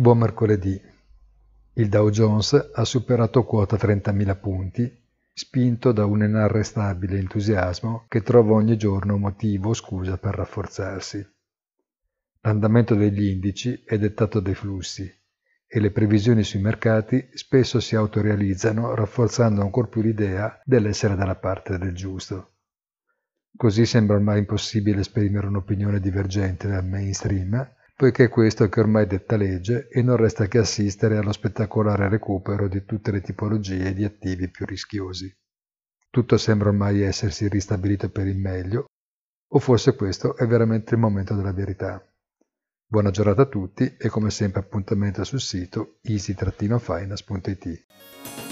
Buon mercoledì. Il Dow Jones ha superato quota 30.000 punti, spinto da un inarrestabile entusiasmo che trova ogni giorno motivo o scusa per rafforzarsi. L'andamento degli indici è dettato dai flussi e le previsioni sui mercati spesso si autorealizzano rafforzando ancor più l'idea dell'essere dalla parte del giusto. Così sembra ormai impossibile esprimere un'opinione divergente dal mainstream, poiché questo che ormai detta legge e non resta che assistere allo spettacolare recupero di tutte le tipologie di attivi più rischiosi. Tutto sembra ormai essersi ristabilito per il meglio, o forse questo è veramente il momento della verità. Buona giornata a tutti e come sempre appuntamento sul sito easy-finance.it.